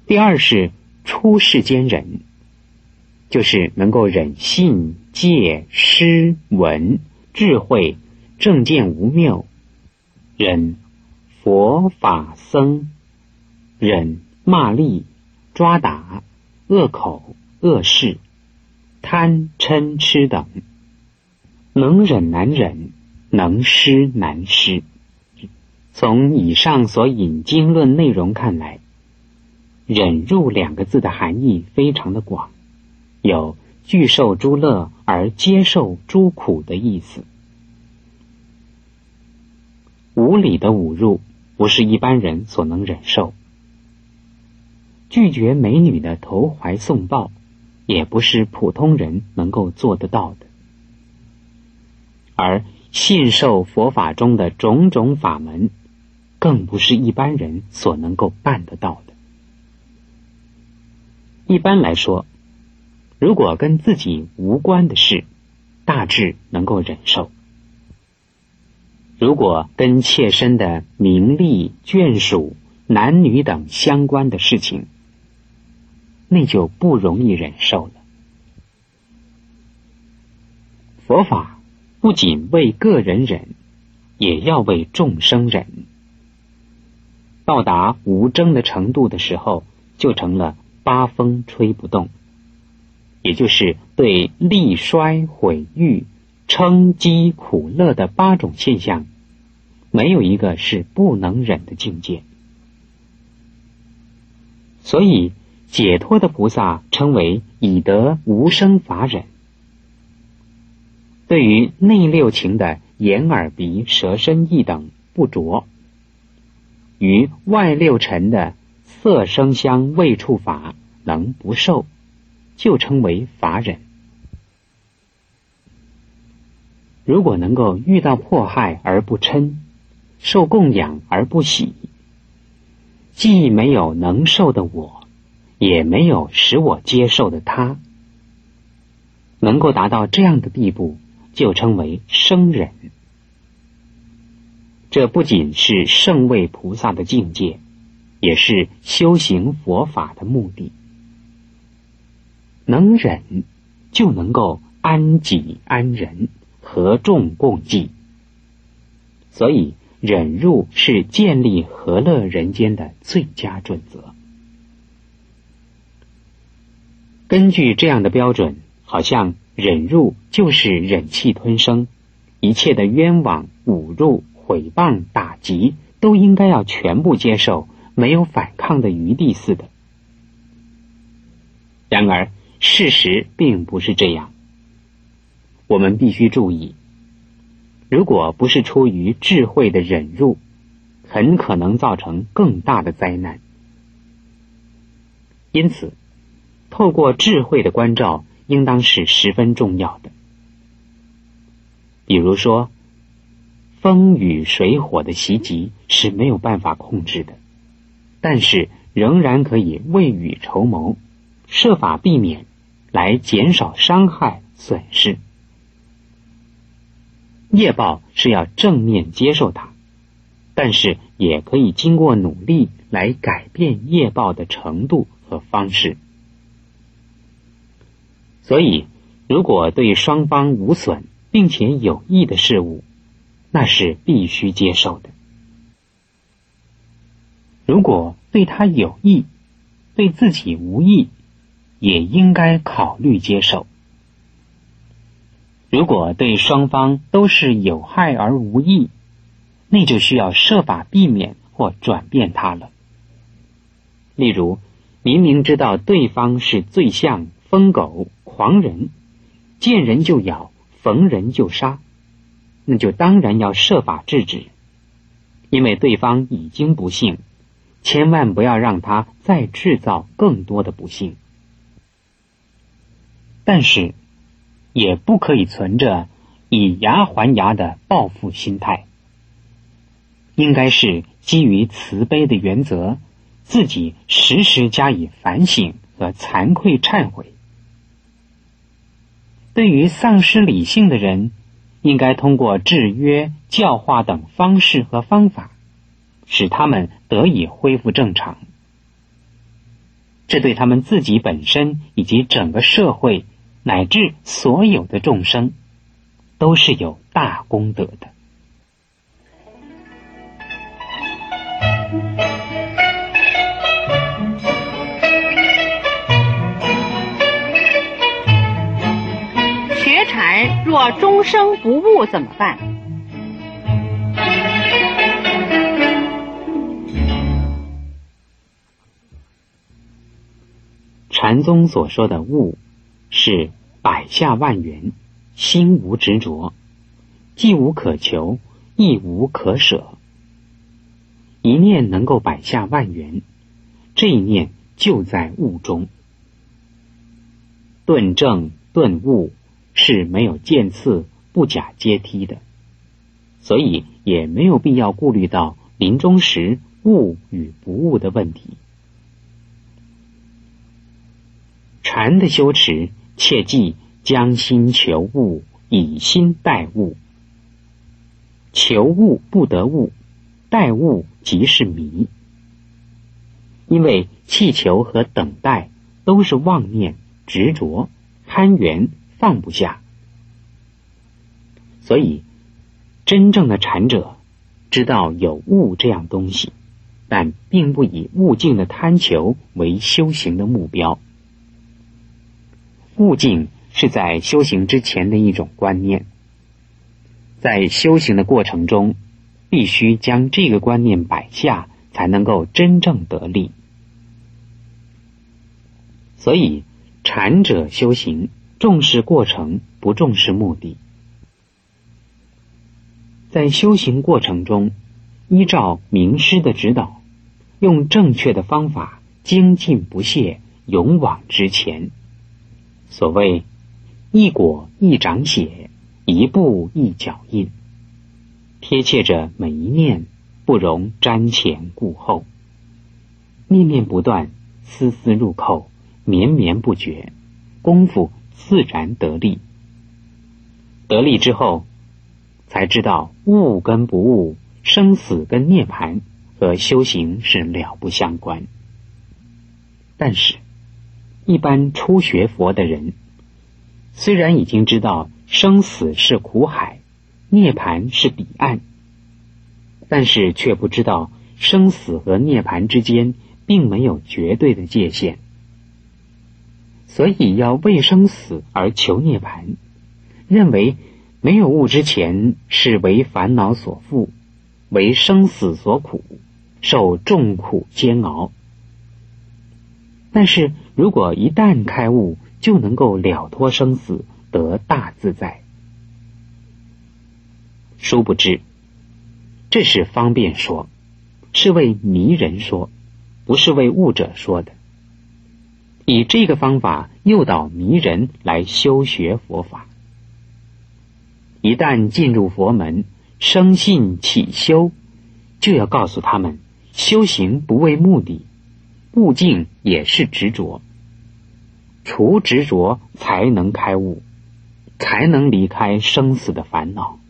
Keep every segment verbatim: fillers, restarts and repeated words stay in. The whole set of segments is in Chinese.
第二是出世间忍，就是能够忍信、戒、施、闻、智慧、正见无谬，忍佛法僧，忍骂詈、抓打、恶口、恶事、贪嗔痴等，能忍难忍，能施难施。从以上所引经论内容看来，忍辱两个字的含义非常的广，有拒受诸乐而接受诸苦的意思。无理的侮辱不是一般人所能忍受，拒绝美女的投怀送抱也不是普通人能够做得到的，而信受佛法中的种种法门更不是一般人所能够办得到的。一般来说，如果跟自己无关的事，大致能够忍受；如果跟切身的名利、眷属、男女等相关的事情，那就不容易忍受了。佛法不仅为个人忍，也要为众生忍。到达无争的程度的时候，就成了八风吹不动，也就是对利衰毁誉、称讥苦乐的八种现象，没有一个是不能忍的境界。所以解脱的菩萨称为以得无生法忍。对于内六情的眼耳鼻舌身意等不着，于外六尘的色声香味触法能不受，就称为法忍。如果能够遇到迫害而不嗔，受供养而不喜，既没有能受的我，也没有使我接受的他，能够达到这样的地步，就称为生忍。这不仅是圣位菩萨的境界，也是修行佛法的目的。能忍就能够安己安人，和众共济。所以忍辱是建立和乐人间的最佳准则。根据这样的标准，好像忍辱就是忍气吞声，一切的冤枉、侮辱、毁谤、打击都应该要全部接受，没有反抗的余地似的。然而事实并不是这样。我们必须注意，如果不是出于智慧的忍辱，很可能造成更大的灾难。因此透过智慧的关照应当是十分重要的。比如说风雨水火的袭击是没有办法控制的，但是仍然可以未雨绸缪，设法避免，来减少伤害损失。业报是要正面接受它，但是也可以经过努力来改变业报的程度和方式。所以如果对双方无损并且有益的事物，那是必须接受的。如果对他有益，对自己无益，也应该考虑接受。如果对双方都是有害而无益，那就需要设法避免或转变它了。例如明明知道对方是醉象、疯狗、狂人，见人就咬，逢人就杀，那就当然要设法制止，因为对方已经不幸，千万不要让他再制造更多的不幸。但是也不可以存着以牙还牙的报复心态，应该是基于慈悲的原则，自己时时加以反省和惭愧忏悔。对于丧失理性的人，应该通过制约、教化等方式和方法，使他们得以恢复正常。 这对他们自己本身以及整个社会乃至所有的众生都是有大功德的。 学禅若终生不悟怎么办？ 禅宗所说的悟是百下万缘，心无执着，既无可求，亦无可舍。一念能够百下万缘，这一念就在悟中。顿正顿悟是没有渐次不假阶梯的，所以也没有必要顾虑到临终时悟与不悟的问题。禅的修持，切记将心求悟，以心待悟。求悟不得悟，待悟即是迷。因为气求和等待都是妄念、执着、攀缘，放不下。所以真正的禅者知道有悟这样东西，但并不以悟境的贪求为修行的目标。悟境是在修行之前的一种观念，在修行的过程中，必须将这个观念摆下，才能够真正得力。所以禅者修行重视过程，不重视目的。在修行过程中，依照名师的指导，用正确的方法，精进不懈，勇往直前。所谓一果一掌血，一步一脚印，贴切着每一念，不容瞻前顾后，念念不断，丝丝入扣，绵绵不绝，功夫自然得力。得力之后，才知道悟跟不悟，生死跟涅槃和修行是了不相关。但是一般初学佛的人，虽然已经知道生死是苦海，涅槃是彼岸，但是却不知道生死和涅槃之间并没有绝对的界限，所以要为生死而求涅槃，认为没有悟之前是为烦恼所缚，为生死所苦，受众苦煎熬。但是如果一旦开悟，就能够了脱生死，得大自在。殊不知，这是方便说，是为迷人说，不是为悟者说的。以这个方法诱导迷人来修学佛法。一旦进入佛门，生信起修，就要告诉他们，修行不为目的，悟境也是执着，除执着才能开悟，才能离开生死的烦恼。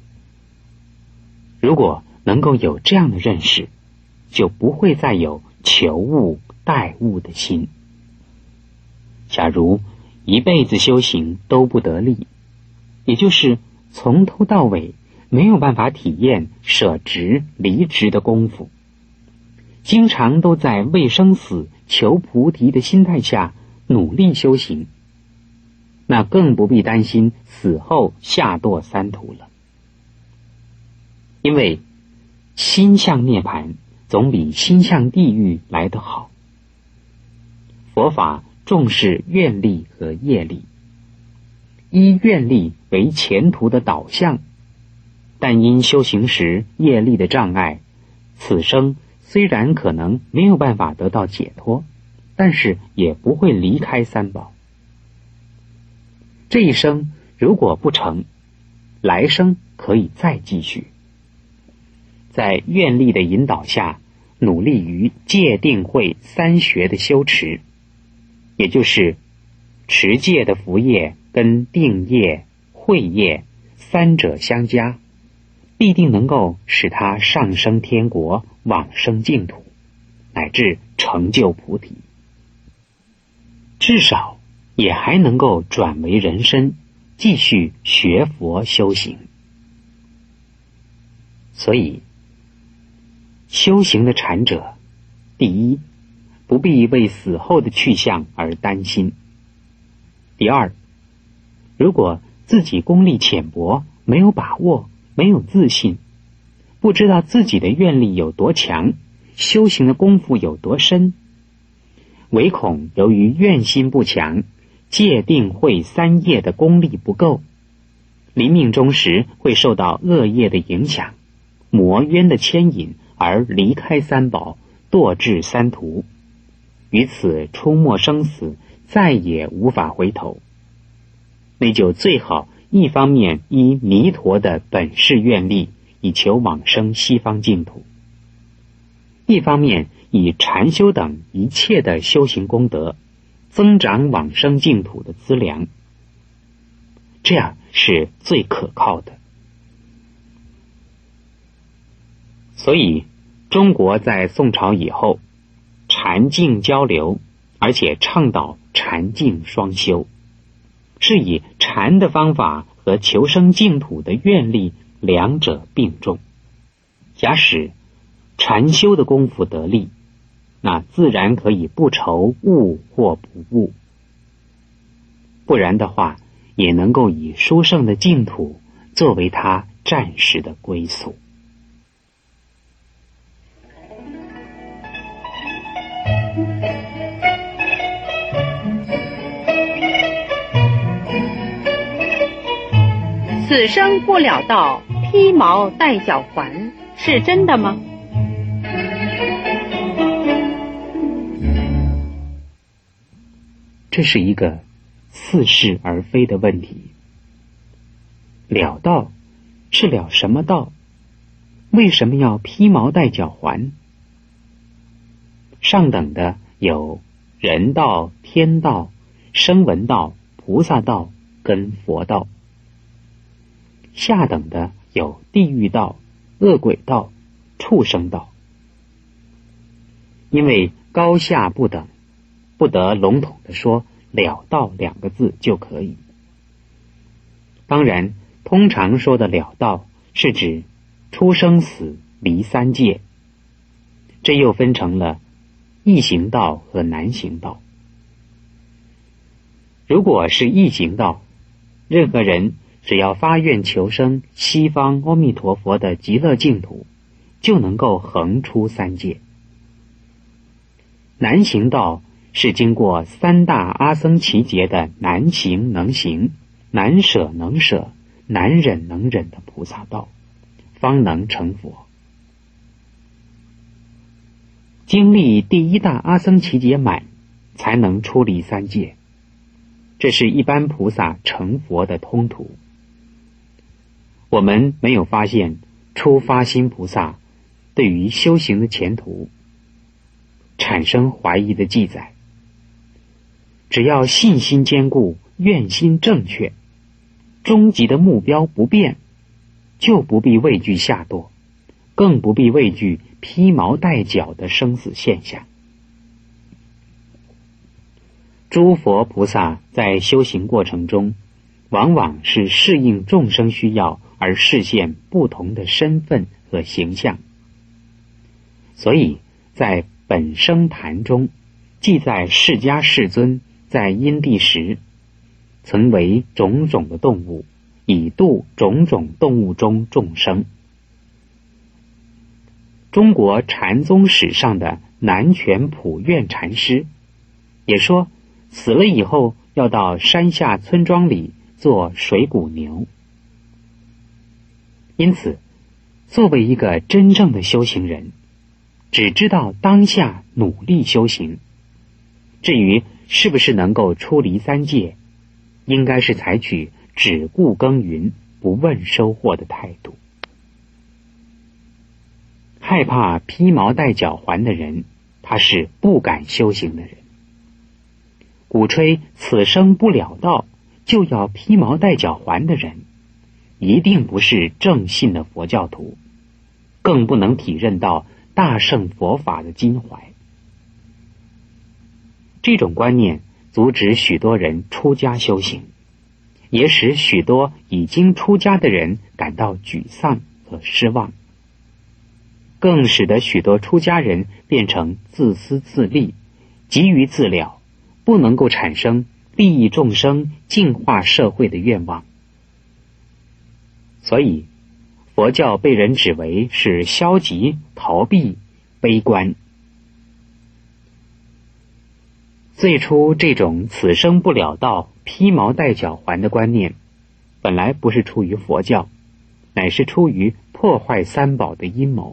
如果能够有这样的认识，就不会再有求悟待悟的心。假如一辈子修行都不得力，也就是从头到尾没有办法体验舍执离执的功夫，经常都在为生死求菩提的心态下努力修行，那更不必担心死后下堕三途了。因为心向涅槃总比心向地狱来得好。佛法重视愿力和业力，以愿力为前途的导向，但因修行时业力的障碍，此生虽然可能没有办法得到解脱，但是也不会离开三宝。这一生如果不成，来生可以再继续。在愿力的引导下，努力于戒定慧三学的修持，也就是持戒的福业跟定业、慧业三者相加，必定能够使他上升天国，往生净土，乃至成就菩提。 至少也还能够转为人身，继续学佛修行。所以修行的禅者，第一，不必为死后的去向而担心；第二，如果自己功力浅薄，没有把握，没有自信，不知道自己的愿力有多强，修行的功夫有多深，唯恐由于愿心不强，戒定慧三业的功力不够，临命终时会受到恶业的影响，魔冤的牵引而离开三宝，堕至三途，于此出没生死，再也无法回头。那就最好一方面依弥陀的本誓愿力，以求往生西方净土；一方面以禅修等一切的修行功德，增长往生净土的资粮，这样是最可靠的。所以中国在宋朝以后，禅净交流，而且倡导禅净双修，是以禅的方法和求生净土的愿力两者并重。假使禅修的功夫得力，那自然可以不愁悟或不悟；不然的话，也能够以殊胜的净土作为他暂时的归宿。 此生不了道，披毛戴脚环，是真的吗？ 这是一个似是而非的问题。了道是了什么道？为什么要披毛戴脚环？上等的有人道、天道、声闻道、菩萨道跟佛道，下等的有地狱道、恶鬼道、畜生道。因为高下不等，不得笼统地说了道两个字就可以。当然，通常说的了道是指出生死离三界，这又分成了易行道和难行道。如果是易行道，任何人只要发愿求生西方阿弥陀佛的极乐净土，就能够横出三界。难行道是经过三大阿僧祇劫的难行能行、难舍能舍、难忍能忍的菩萨道，方能成佛。经历第一大阿僧祇劫满，才能出离三界，这是一般菩萨成佛的通途。我们没有发现出发心菩萨对于修行的前途产生怀疑的记载。只要信心坚固，愿心正确，终极的目标不变，就不必畏惧下堕，更不必畏惧披毛戴脚的生死现象。诸佛菩萨在修行过程中，往往是适应众生需要而示现不同的身份和形象。所以在本生坛中记载释迦世尊在因地时曾为种种的动物，以度种种动物中众生。中国禅宗史上的南泉普愿禅师也说，死了以后要到山下村庄里做水谷牛。因此，作为一个真正的修行人，只知道当下努力修行，至于是不是能够出离三界，应该是采取只顾耕耘不问收获的态度。害怕披毛戴脚环的人，他是不敢修行的人。鼓吹此生不了道就要披毛戴脚环的人，一定不是正信的佛教徒，更不能体认到大乘佛法的襟怀。这种观念阻止许多人出家修行，也使许多已经出家的人感到沮丧和失望，更使得许多出家人变成自私自利，急于自了，不能够产生利益众生、净化社会的愿望。所以佛教被人指为是消极、逃避、悲观。最初这种此生不了道、披毛戴脚环的观念，本来不是出于佛教，乃是出于破坏三宝的阴谋。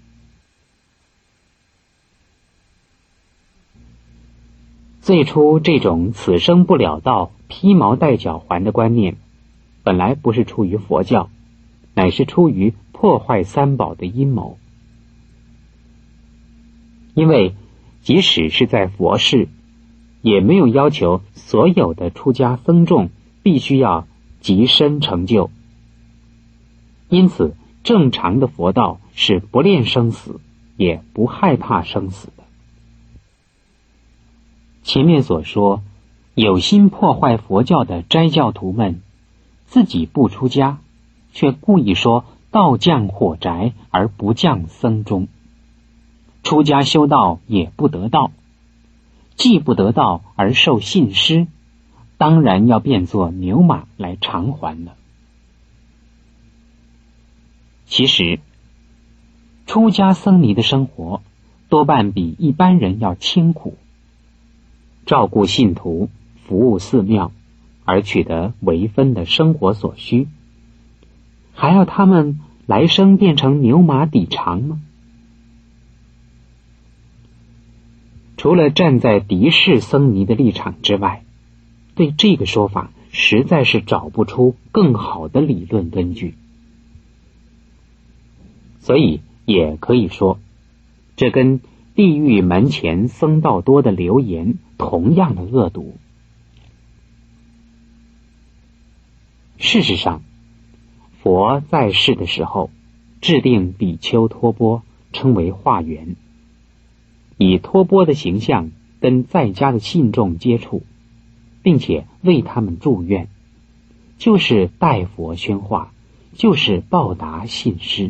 最初这种此生不了道、披毛戴脚环的观念，本来不是出于佛教，乃是出于破坏三宝的阴谋。因为即使是在佛世，也没有要求所有的出家僧众必须要极深成就，因此正常的佛道是不恋生死，也不害怕生死的。前面所说，有心破坏佛教的斋教徒们，自己不出家，却故意说道降火宅而不降僧中，出家修道也不得道，既不得道而受信施，当然要变作牛马来偿还了。其实出家僧尼的生活多半比一般人要清苦，照顾信徒、服务寺庙，而取得为分的生活所需，还要他们来生变成牛马抵偿吗？除了站在敌视僧尼的立场之外，对这个说法实在是找不出更好的理论根据。所以也可以说，这跟地狱门前僧道多的流言同样的恶毒。事实上，佛在世的时候制定比丘托钵，称为化缘，以托钵的形象跟在家的信众接触，并且为他们祝愿，就是代佛宣化，就是报答信施。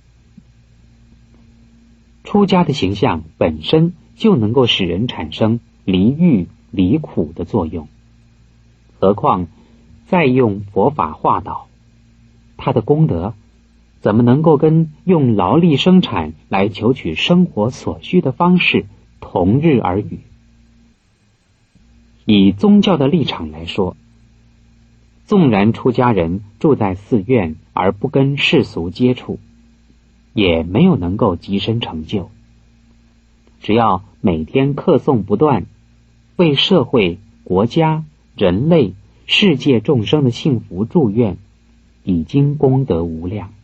出家的形象本身就能够使人产生离欲离苦的作用，何况再用佛法化导，他的功德怎么能够跟用劳力生产来求取生活所需的方式同日而语？以宗教的立场来说，纵然出家人住在寺院而不跟世俗接触，也没有能够极深成就。只要每天课诵不断，为社会、国家、人类、世界众生的幸福祝愿，已经功德无量。